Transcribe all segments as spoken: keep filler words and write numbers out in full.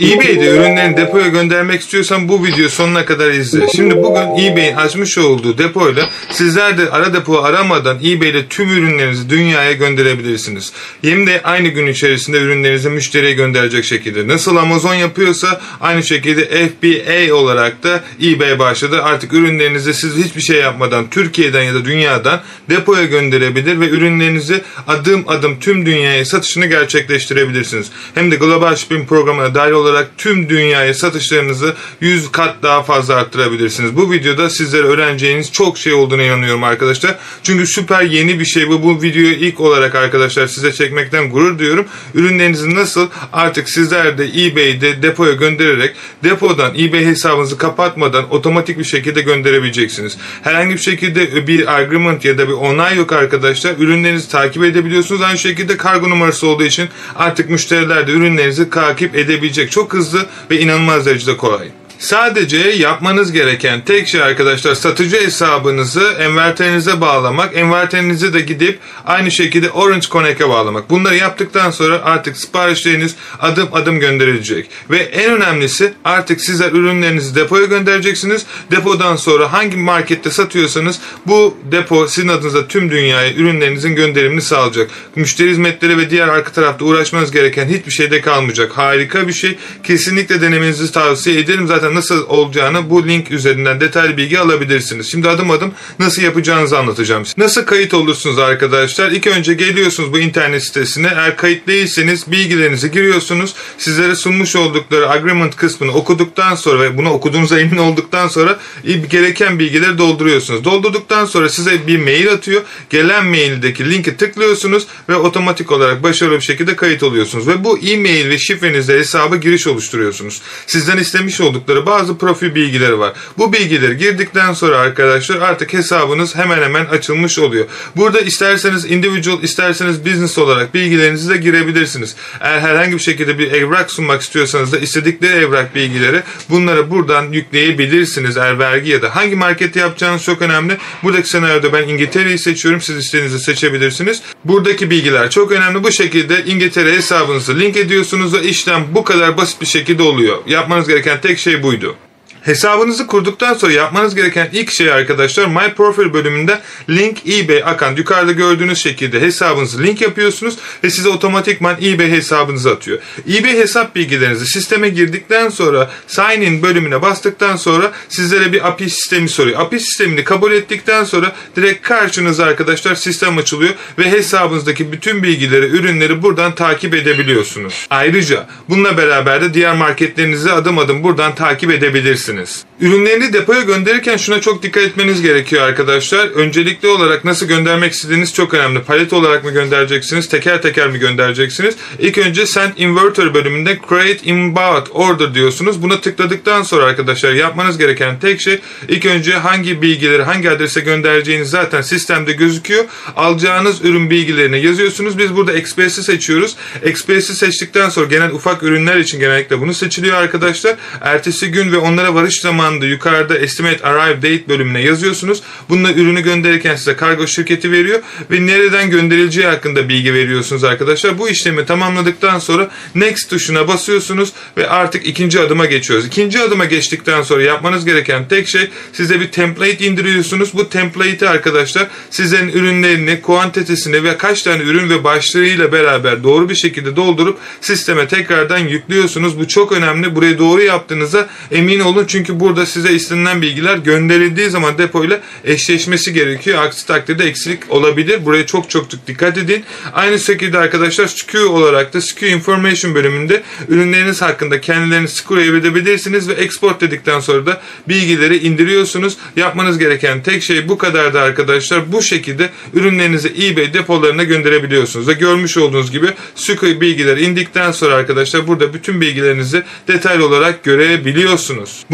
eBay'de ürünlerini depoya göndermek istiyorsan bu videoyu sonuna kadar izle. Şimdi bugün eBay'in açmış olduğu depoyla sizler de ara depo aramadan eBay'de tüm ürünlerinizi dünyaya gönderebilirsiniz. Hem de aynı gün içerisinde ürünlerinizi müşteriye gönderecek şekilde. Nasıl Amazon yapıyorsa aynı şekilde F B A olarak da eBay başladı. Artık ürünlerinizi siz hiçbir şey yapmadan Türkiye'den ya da dünyadan depoya gönderebilir ve ürünlerinizi adım adım tüm dünyaya satışını gerçekleştirebilirsiniz. Hem de Global Shipping programına dahil olarak tüm dünyaya satışlarınızı yüz kat daha fazla arttırabilirsiniz. Bu videoda sizlere öğreneceğiniz çok şey olduğuna inanıyorum arkadaşlar. Çünkü süper yeni bir şey bu. Bu videoyu ilk olarak arkadaşlar size çekmekten gurur duyuyorum. Ürünlerinizi nasıl artık sizler de eBay'de depoya göndererek depodan eBay hesabınızı kapatmadan otomatik bir şekilde gönderebileceksiniz. Herhangi bir şekilde bir agreement ya da bir onay yok arkadaşlar. Ürünlerinizi takip edebiliyorsunuz. Aynı şekilde kargo numarası olduğu için artık müşteriler de ürünlerinizi takip edebilecek. Çok hızlı ve inanılmaz derecede kolay. Sadece yapmanız gereken tek şey arkadaşlar satıcı hesabınızı envanterinize bağlamak. Envanterinizi de gidip aynı şekilde Orange Connect'e bağlamak. Bunları yaptıktan sonra artık siparişleriniz adım adım gönderilecek. Ve en önemlisi artık sizler ürünlerinizi depoya göndereceksiniz. Depodan sonra hangi markette satıyorsanız bu depo sizin adınıza tüm dünyaya ürünlerinizin gönderimini sağlayacak. Müşteri hizmetleri ve diğer arka tarafta uğraşmanız gereken hiçbir şey de kalmayacak. Harika bir şey. Kesinlikle denemenizi tavsiye ederim. Zaten nasıl olacağını bu link üzerinden detaylı bilgi alabilirsiniz. Şimdi adım adım nasıl yapacağınızı anlatacağım. Nasıl kayıt olursunuz arkadaşlar? İlk önce geliyorsunuz bu internet sitesine. Eğer kayıt değilseniz bilgilerinizi giriyorsunuz. Sizlere sunmuş oldukları agreement kısmını okuduktan sonra ve bunu okuduğunuza emin olduktan sonra gereken bilgileri dolduruyorsunuz. Doldurduktan sonra size bir mail atıyor. Gelen maildeki linki tıklıyorsunuz ve otomatik olarak başarılı bir şekilde kayıt oluyorsunuz. Ve bu e-mail ve şifrenizle hesaba giriş oluşturuyorsunuz. Sizden istemiş oldukları bazı profil bilgileri var. Bu bilgileri girdikten sonra arkadaşlar artık hesabınız hemen hemen açılmış oluyor. Burada isterseniz individual, isterseniz business olarak bilgilerinizi de girebilirsiniz. Eğer herhangi bir şekilde bir evrak sunmak istiyorsanız da istedikleri evrak bilgileri bunları buradan yükleyebilirsiniz. Eğer vergi ya da hangi markette yapacağınız çok önemli. Buradaki senaryoda ben İngiltere'yi seçiyorum. Siz istediğinizi seçebilirsiniz. Buradaki bilgiler çok önemli. Bu şekilde İngiltere hesabınızı link ediyorsunuz ve işlem bu kadar basit bir şekilde oluyor. Yapmanız gereken tek şey buydu. Hesabınızı kurduktan sonra yapmanız gereken ilk şey arkadaşlar My Profile bölümünde Link eBay account yukarıda gördüğünüz şekilde hesabınızı link yapıyorsunuz ve size otomatikman eBay hesabınızı atıyor. eBay hesap bilgilerinizi sisteme girdikten sonra Sign in bölümüne bastıktan sonra sizlere bir A P I sistemi soruyor. A P I sistemini kabul ettikten sonra direkt karşınıza arkadaşlar sistem açılıyor ve hesabınızdaki bütün bilgileri, ürünleri buradan takip edebiliyorsunuz. Ayrıca bununla beraber de diğer marketlerinizi adım adım buradan takip edebilirsiniz. Ürünlerini depoya gönderirken şuna çok dikkat etmeniz gerekiyor arkadaşlar. Öncelikli olarak nasıl göndermek istediğiniz çok önemli. Palet olarak mı göndereceksiniz, teker teker mi göndereceksiniz? İlk önce Send Inverter bölümünde Create Inbound Order diyorsunuz. Buna tıkladıktan sonra arkadaşlar yapmanız gereken tek şey ilk önce hangi bilgileri hangi adrese göndereceğiniz zaten sistemde gözüküyor. Alacağınız ürün bilgilerini yazıyorsunuz. Biz burada Express'i seçiyoruz. Express'i seçtikten sonra genel ufak ürünler için genellikle bunu seçiliyor arkadaşlar. Ertesi gün ve onlara varış zamanında yukarıda Estimate Arrive Date bölümüne yazıyorsunuz. Bununla ürünü gönderirken size kargo şirketi veriyor ve nereden gönderileceği hakkında bilgi veriyorsunuz arkadaşlar. Bu işlemi tamamladıktan sonra Next tuşuna basıyorsunuz ve artık ikinci adıma geçiyoruz. İkinci adıma geçtikten sonra yapmanız gereken tek şey size bir template indiriyorsunuz. Bu template'i arkadaşlar sizlerin ürünlerini, kuantitesini ve kaç tane ürün ve başlığıyla beraber doğru bir şekilde doldurup sisteme tekrardan yüklüyorsunuz. Bu çok önemli. Burayı doğru yaptığınızda emin olun çünkü burada size istenilen bilgiler gönderildiği zaman depoyla eşleşmesi gerekiyor. Aksi takdirde eksilik olabilir. Buraya çok çok dikkat edin. Aynı şekilde arkadaşlar S K U olarak da S K U Information bölümünde ürünleriniz hakkında kendilerini scroll edebilirsiniz ve export dedikten sonra da bilgileri indiriyorsunuz. Yapmanız gereken tek şey bu kadardı arkadaşlar. Bu şekilde ürünlerinizi eBay depolarına gönderebiliyorsunuz ve görmüş olduğunuz gibi S K U bilgileri indikten sonra arkadaşlar burada bütün bilgilerinizi detaylı olarak görebiliyorsunuz. Bunu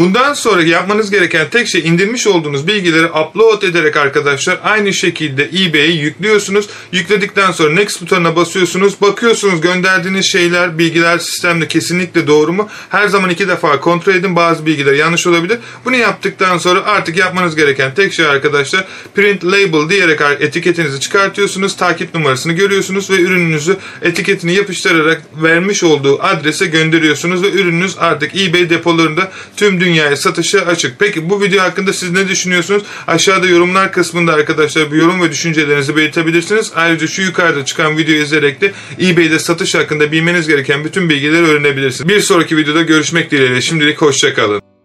Bundan sonra yapmanız gereken tek şey indirmiş olduğunuz bilgileri upload ederek arkadaşlar aynı şekilde eBay'e yüklüyorsunuz. Yükledikten sonra next butonuna basıyorsunuz. Bakıyorsunuz gönderdiğiniz şeyler, bilgiler sistemde kesinlikle doğru mu? Her zaman iki defa kontrol edin. Bazı bilgiler yanlış olabilir. Bunu yaptıktan sonra artık yapmanız gereken tek şey arkadaşlar print label diyerek etiketinizi çıkartıyorsunuz. Takip numarasını görüyorsunuz ve ürününüzü etiketini yapıştırarak vermiş olduğu adrese gönderiyorsunuz ve ürününüz artık eBay depolarında tüm dünyaya satışa açık. Peki bu video hakkında siz ne düşünüyorsunuz? Aşağıda yorumlar kısmında arkadaşlar bu yorum ve düşüncelerinizi belirtebilirsiniz. Ayrıca şu yukarıda çıkan videoyu izleyerek de eBay'de satış hakkında bilmeniz gereken bütün bilgileri öğrenebilirsiniz. Bir sonraki videoda görüşmek dileğiyle. Şimdilik hoşça kalın.